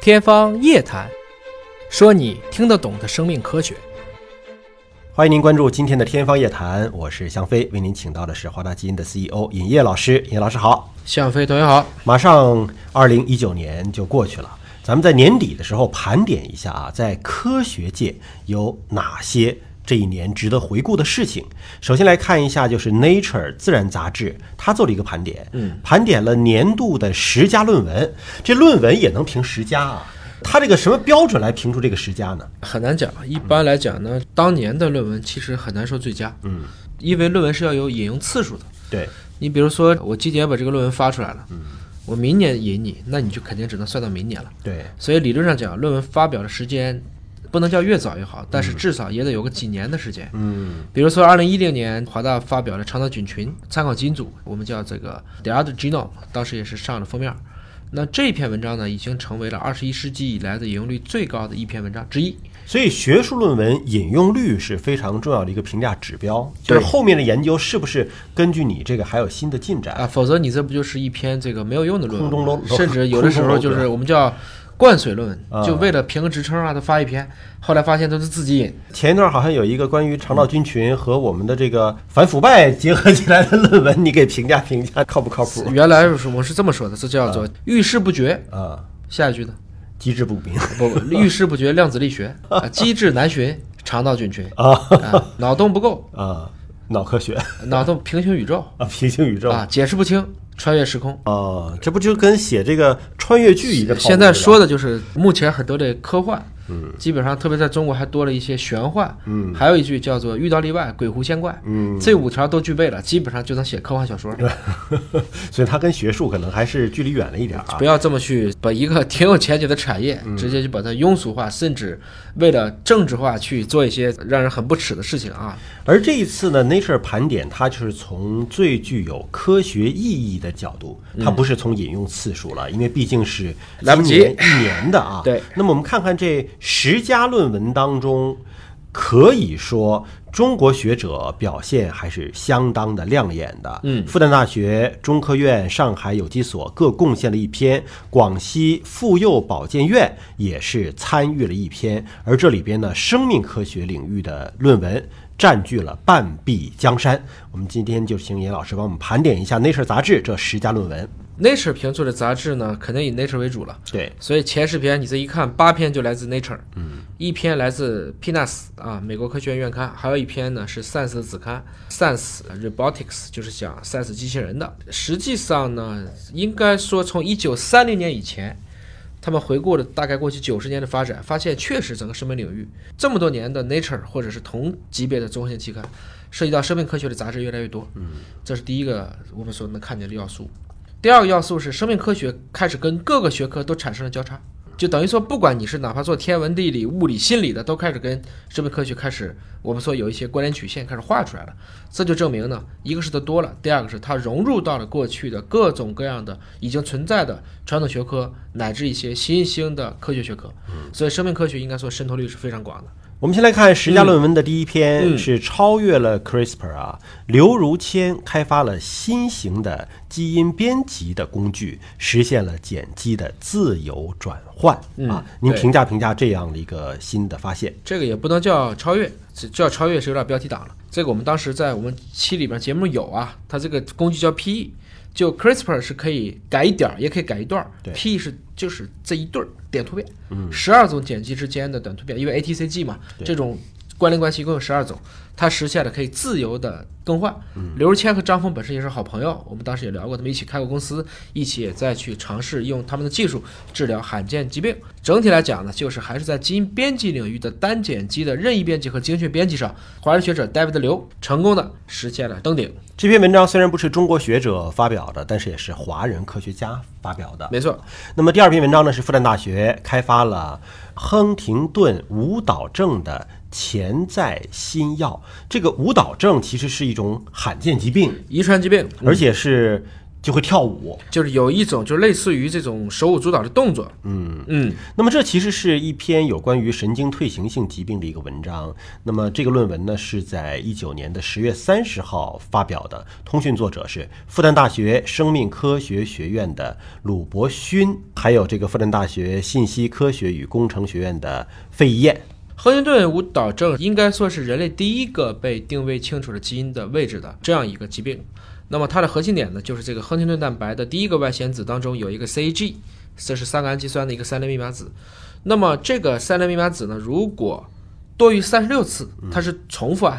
天方夜谭，说你听得懂的生命科学。 欢迎您关注今天的天方夜谭，我是向飞，为您请到的是华大基因的 CEO 尹烨老师。尹烨老师好。 向飞同学好。 马上2019年就过去了，咱们在年底的时候盘点一下啊，在科学界有哪些这一年值得回顾的事情。首先来看一下，就是 Nature 自然杂志，它做了一个盘点，盘点了年度的10佳论文。这论文也能评10佳啊？它这个什么标准来评出这个10佳呢？ 很难讲，一般来讲呢，当年的论文其实很难说最佳，因为论文是要有引用次数的。 对， 你比如说我今年把这个论文发出来了，我明年引你，那你就肯定只能算到明年了。 对， 所以理论上讲，论文发表的时间不能叫越早越好，但是至少也得有个几年的时间。比如说2010年华大发表了肠道菌群参考基因组，我们叫这个 The Other Genome， 当时也是上了封面。那这篇文章呢，已经成为了21世纪以来的引用率最高的一篇文章之一。 所以学术论文引用率是非常重要的一个评价指标，就是后面的研究是不是根据你这个还有新的进展啊？ 否则你这不就是一篇这个没有用的论文，甚至有的时候就是我们叫灌水论文，就为了评个职称啊，他发一篇，后来发现都是自己引。 前一段好像有一个关于肠道菌群和我们的这个反腐败结合起来的论文，你给评价靠不靠谱？ 原来我是这么说的，这叫做遇事不决啊。 下一句呢？ 机制不明， 不，遇事不决量子力学啊，机制难寻肠道菌群脑洞不够啊，脑科学， 脑洞平行宇宙啊，平行宇宙啊，解释不清。穿越时空哦，这不就跟写这个穿越剧一个套路？ 现在说的就是目前很多的科幻，基本上特别在中国还多了一些玄幻，还有一句叫做遇到例外，鬼狐仙怪，这5条都具备了，基本上就能写科幻小说。 所以它跟学术可能还是距离远了一点啊。 不要这么去把一个挺有前景的产业，直接就把它庸俗化，甚至为了政治化去做一些让人很不耻的事情啊。 而这一次呢 ，Nature 盘点它就是从最具有科学意义的角度，它不是从引用次数了，因为毕竟是来不及 1年的啊。 对， 那么我们看看这10佳论文当中，可以说中国学者表现还是相当的亮眼的。复旦大学、中科院、上海有机所各贡献了一篇，广西妇幼保健院也是参与了一篇，而这里边呢，生命科学领域的论文占据了半壁江山。我们今天就请尹老师帮我们盘点一下 Nature 杂志这10佳论文。 Nature 评出的杂志呢，肯定以 Nature 为主了。对，所以前10篇你这一看，8篇就来自 Nature，一篇来自 PNAS 啊，美国科学院院刊，还有一篇呢是 Science 的子刊 Science Robotics， 就是讲 Science 机器人的。实际上呢，应该说从1930年以前，他们回顾了大概过去90年的发展，发现确实整个生命领域这么多年的 Nature 或者是同级别的综合性期刊，涉及到生命科学的杂志越来越多。这是第一个我们所能看见的要素。第二个要素是生命科学开始跟各个学科都产生了交叉，就等于说不管你是哪怕做天文地理物理心理的，都开始跟生命科学开始我们说有一些关联曲线开始画出来了。这就证明呢，一个是它多了，第二个是它融入到了过去的各种各样的已经存在的传统学科乃至一些新兴的科学学科，所以生命科学应该说渗透率是非常广的。 我们先来看10佳论文的第一篇，是超越了 CRISPR 啊，刘如谦开发了新型的基因编辑的工具，实现了碱基的自由转换啊。您评价这样的一个新的发现？ 这个也不能叫超越，叫超越是有点标题党了。这个我们当时在我们期里边节目有啊，它这个工具叫 PE。就 CRISPR 是可以改一点也可以改一段，P 就是这一对点突变，12种碱基之间的短突变，因为 ATCG 嘛，这种关联关系一共有12种，它实现了可以自由的更换。刘如谦和张峰本身也是好朋友，我们当时也聊过，他们一起开过公司，一起也在去尝试用他们的技术治疗罕见疾病。整体来讲呢，就是还是在基因编辑领域的单碱基的任意编辑和精确编辑上，华人学者 David 刘成功的实现了登顶。 这篇文章虽然不是中国学者发表的，但是也是华人科学家发表的。 没错。 那么第二篇文章呢，是复旦大学开发了亨廷顿舞蹈症的潜在新药。这个舞蹈症其实是一种罕见疾病， 遗传疾病， 而且是就会跳舞， 就是有一种就类似于这种手舞足蹈的动作。 那么这其实是一篇有关于神经退行性疾病的一个文章。那么这个论文呢是在19年的10月30号发表的，通讯作者是复旦大学生命科学学院的鲁伯勋，还有这个复旦大学信息科学与工程学院的费义彦。 亨廷顿舞蹈症应该说是人类第一个被定位清楚了基因的位置的这样一个疾病。那么它的核心点呢，就是这个亨廷顿蛋白的第一个外显子当中有一个 CAG， 这是3个氨基酸的一个3联密码子。那么这个3联密码子呢，如果多于36次，它是重复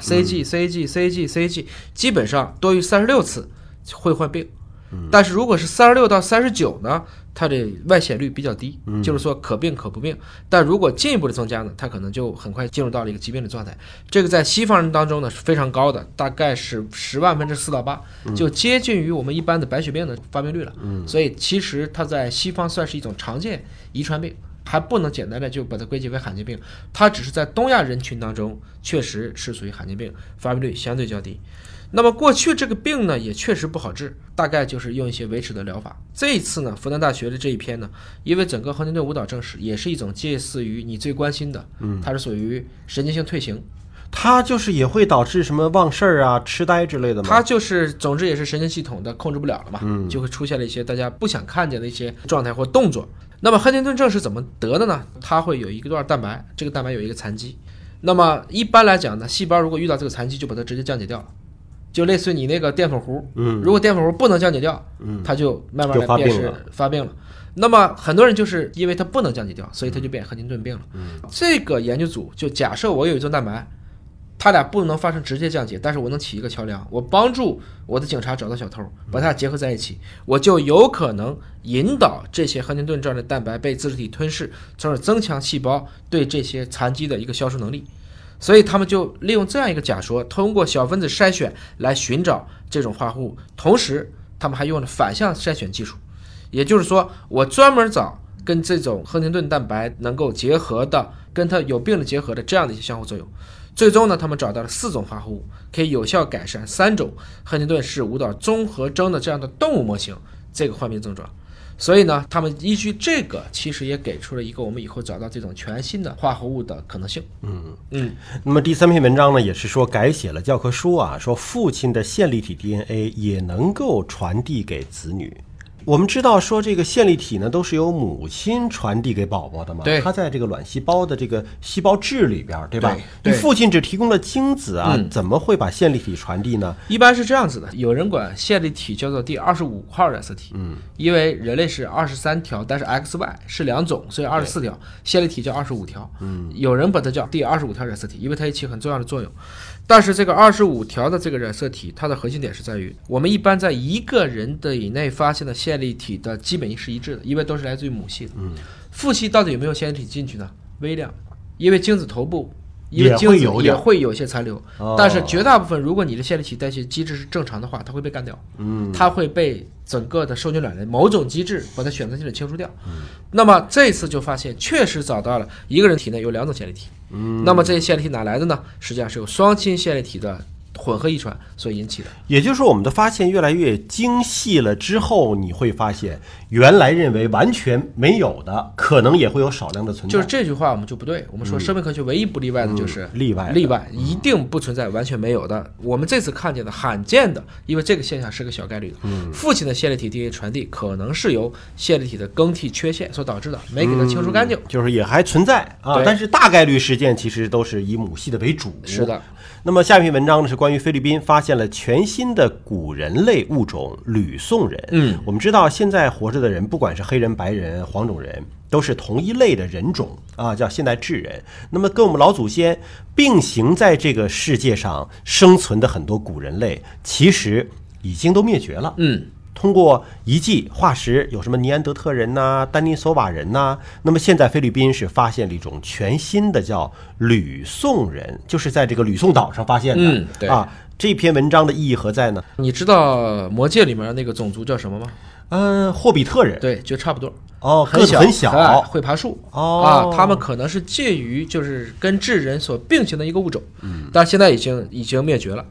CAG，基本上多于36次会患病。但是如果是36到39呢，它的外显率比较低，就是说可病可不病。但如果进一步的增加呢，它可能就很快进入到了一个疾病的状态。这个在西方人当中呢是非常高的，大概是10万分之4到8，就接近于我们一般的白血病的发病率了。所以其实它在西方算是一种常见遗传病，还不能简单的就把它归结为罕见病，它只是在东亚人群当中确实是属于罕见病，发病率相对较低。那么过去这个病呢也确实不好治，大概就是用一些维持的疗法。这一次呢，复旦大学的这一篇呢，因为整个亨廷顿舞蹈症也是一种介似于你最关心的，它是属于神经性退行， 它就是也会导致什么忘事儿啊、痴呆之类的吗？ 它就是总之也是神经系统的控制不了了嘛，就会出现了一些大家不想看见的一些状态或动作。那么亨廷顿症是怎么得的呢？它会有一段蛋白，这个蛋白有一个残疾。那么一般来讲呢，细胞如果遇到这个残疾，就把它直接降解掉了。就类似于你那个淀粉糊，如果淀粉糊不能降解掉，它就慢慢的变是发病了。那么很多人就是因为它不能降解掉，所以它就变亨廷顿病了。这个研究组就假设我有一种蛋白，它俩不能发生直接降解，但是我能起一个桥梁，我帮助我的警察找到小偷，把它俩结合在一起，我就有可能引导这些亨廷顿症的蛋白被自噬体吞噬，从而增强细胞对这些残疾的一个消除能力。所以他们就利用这样一个假说，通过小分子筛选来寻找这种化合物，同时他们还用了反向筛选技术，也就是说我专门找跟这种亨廷顿蛋白能够结合的，跟它有病的结合的这样的一些相互作用。最终呢，他们找到了4种化合物，可以有效改善3种亨廷顿氏舞蹈综合征的这样的动物模型这个患病症状。所以呢，他们依据这个，其实也给出了一个我们以后找到这种全新的化合物的可能性。 那么第3篇文章呢，也是说改写了教科书啊，说父亲的线粒体 DNA 也能够传递给子女。我们知道说这个线粒体呢都是由母亲传递给宝宝的嘛， 对， 它在这个卵细胞的这个细胞质里边，对吧？对，父亲只提供了精子啊，怎么会把线粒体传递呢？ 一般是这样子的，有人管线粒体叫做第25号染色体，因为人类是23条，但是 XY 是2种，所以24条，线粒体叫25条，有人把它叫第25条染色体，因为它起很重要的作用。但是这个25条的这个染色体，它的核心点是在于，我们一般在一个人的体内发现的线粒体的基本是一致的，因为都是来自于母系的。父系到底有没有线粒体进去呢？微量，因为精子头部，因为精子也会有一些残留，但是绝大部分，如果你的线粒体代谢机制是正常的话，它会被干掉，它会被整个的受精卵的某种机制把它选择性的清除掉。那么这一次就发现，确实找到了一个人体内有2种线粒体。那么这些线粒体哪来的呢？实际上是由双亲线粒体的混合遗传所引起的。 也就是说，我们的发现越来越精细了之后，你会发现原来认为完全没有的，可能也会有少量的存在。 就是这句话我们就不对，我们说生命科学唯一不例外的就是例外， 一定不存在完全没有的。我们这次看见的罕见的，因为这个现象是个小概率的，父亲的线粒体 DNA 传递可能是由线粒体的更替缺陷所导致的，没给它清除干净， 就是也还存在啊。但是大概率事件其实都是以母系的为主。 是的。 那么下一篇文章呢，是关于菲律宾发现了全新的古人类物种吕宋人。我们知道现在活着的人，不管是黑人、白人、黄种人，都是同一类的人种啊，叫现代智人。那么跟我们老祖先并行在这个世界上生存的很多古人类，其实已经都灭绝了。通过遗迹化石，有什么尼安德特人呐、丹尼索瓦人呐，那么现在菲律宾是发现了一种全新的叫吕宋人，就是在这个吕宋岛上发现的。 对啊，这篇文章的意义何在呢？ 你知道魔戒里面那个种族叫什么吗？ 霍比特人。 对，就差不多。 个子很小， 会爬树。他们可能是介于就是跟智人所并行的一个物种，但现在已经灭绝了。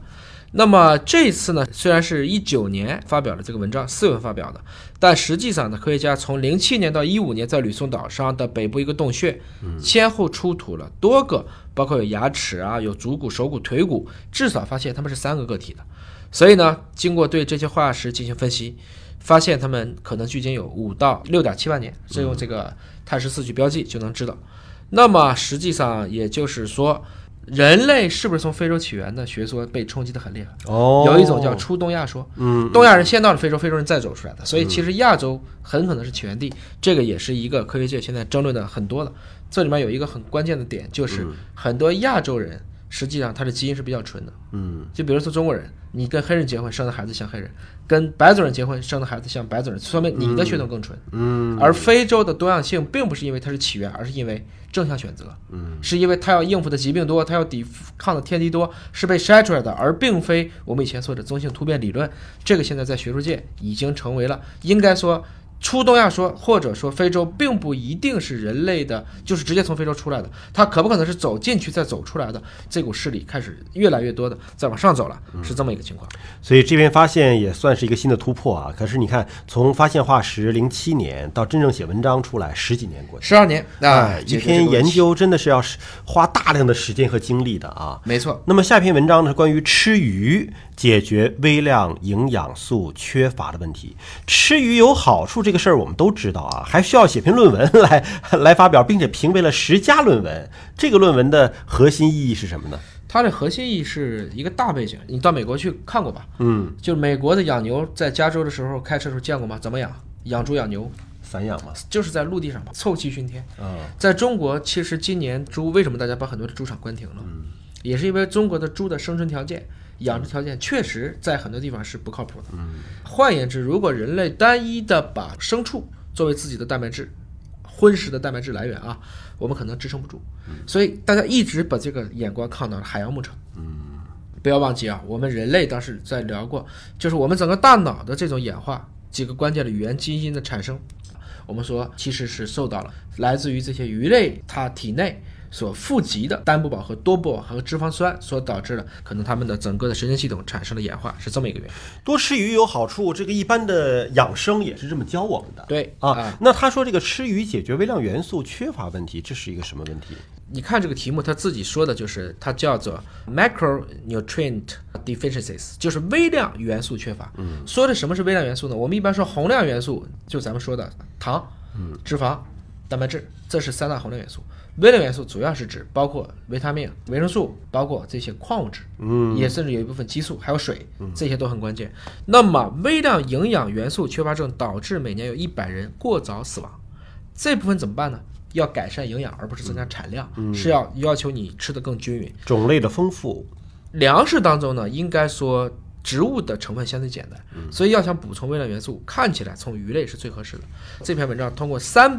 那么这次呢，虽然是19年发表了这个文章，4月份发表的，但实际上呢，科学家从07年到15年在吕宋岛上的北部一个洞穴，先后出土了多个，包括有牙齿啊、有足骨、手骨、腿骨，至少发现它们是3个个体的。所以呢，经过对这些化石进行分析，发现它们可能距今有5到6.7万年，这用这个碳14去标记就能知道。那么实际上也就是说，人类是不是从非洲起源的学说被冲击得很厉害？有一种叫出东亚说，东亚人先到了非洲，非洲人再走出来的，所以其实亚洲很可能是起源地，这个也是一个科学界现在争论的很多的。这里面有一个很关键的点，就是很多亚洲人实际上他的基因是比较纯的，就比如说中国人，你跟黑人结婚生的孩子像黑人，跟白族人结婚生的孩子像白族人，说明你的血统更纯。而非洲的多样性并不是因为它是起源，而是因为正向选择，是因为它要应付的疾病多，它要抵抗的天敌多，是被筛出来的，而并非我们以前说的中性突变理论。这个现在在学术界已经成为了，应该说出东亚说，或者说非洲并不一定是人类的，就是直接从非洲出来的，它可不可能是走进去再走出来的？这股势力开始越来越多的在往上走了，是这么一个情况。 所以这篇发现也算是一个新的突破啊。可是你看，从发现化石07年到真正写文章出来10几年过去， 12年啊， 一篇研究真的是要花大量的时间和精力的啊。 没错。 那么下篇文章呢，是关于吃鱼解决微量营养素缺乏的问题。吃鱼有好处这个事儿我们都知道啊，还需要写篇论文来发表，并且评为了10佳论文。这个论文的核心意义是什么呢？ 它的核心意义是一个大背景，你到美国去看过吧？就是美国的养牛，在加州的时候开车的时候见过吗？怎么养？养猪养牛散养嘛， 就是在陆地上凑气熏天。在中国，其实今年猪为什么大家把很多的猪场关停了？也是因为中国的猪的生存条件、养殖条件确实在很多地方是不靠谱的。换言之，如果人类单一的把牲畜作为自己的蛋白质、荤食的蛋白质来源啊，我们可能支撑不住。所以大家一直把这个眼光看到了海洋牧场。不要忘记啊，我们人类当时在聊过，就是我们整个大脑的这种演化，几个关键的语言基因的产生，我们说其实是受到了来自于这些鱼类它体内所富集的单不饱和多不饱和脂肪酸所导致的，可能他们的整个的神经系统产生了演化，是这么一个原因。 多吃鱼有好处，这个一般的养生也是这么教我们的。 对啊，那他说这个吃鱼解决微量元素缺乏问题，这是一个什么问题？ 你看这个题目，他自己说的就是它叫做 macronutrient deficiencies， 就是微量元素缺乏。说的什么是微量元素呢？我们一般说宏量元素，就咱们说的糖、脂肪、蛋白质，这是3大宏量元素。微量元素主要是指包括维他命、维生素，包括这些矿物质，也甚至有一部分激素，还有水，这些都很关键。那么微量营养元素缺乏症导致每年有100人过早死亡，这部分怎么办呢？要改善营养，而不是增加产量，是要求你吃得更均匀， 种类的丰富。粮食当中呢，应该说植物的成分相对简单，所以要想补充微量元素，看起来从鱼类是最合适的。这篇文章通过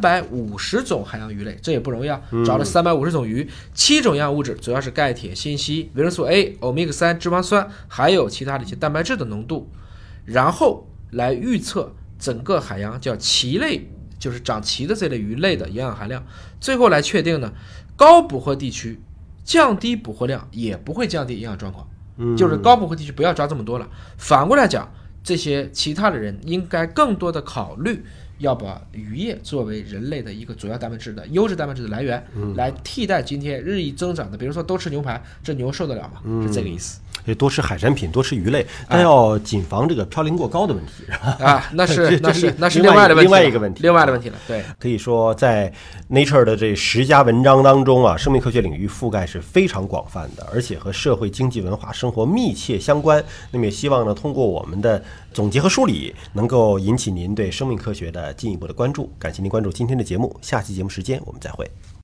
350种海洋鱼类，这也不容易啊，找了350种鱼，7种营养物质，主要是钙、铁、锌、硒、维生素 A、欧米伽3、脂肪酸，还有其他的一些蛋白质的浓度，然后来预测整个海洋叫鳍类，就是长鳍的这类鱼类的营养含量，最后来确定呢，高捕获地区降低捕获量也不会降低营养状况。就是高捕获地区不要抓这么多了，反过来讲，这些其他的人应该更多的考虑要把渔业作为人类的一个主要蛋白质的优质蛋白质的来源，来替代今天日益增长的，比如说都吃牛排，这牛受得了吗？是这个意思。 多吃海产品，多吃鱼类，但要谨防这个嘌呤过高的问题，是吧？ 啊，那是另外的问题， 另外一个问题， 另外的问题了。对， 可以说在 Nature 的这10佳文章当中啊，生命科学领域覆盖是非常广泛的，而且和社会、经济、文化、生活密切相关。那么也希望呢，通过我们的总结和梳理，能够引起您对生命科学的进一步的关注。感谢您关注今天的节目，下期节目时间我们再会。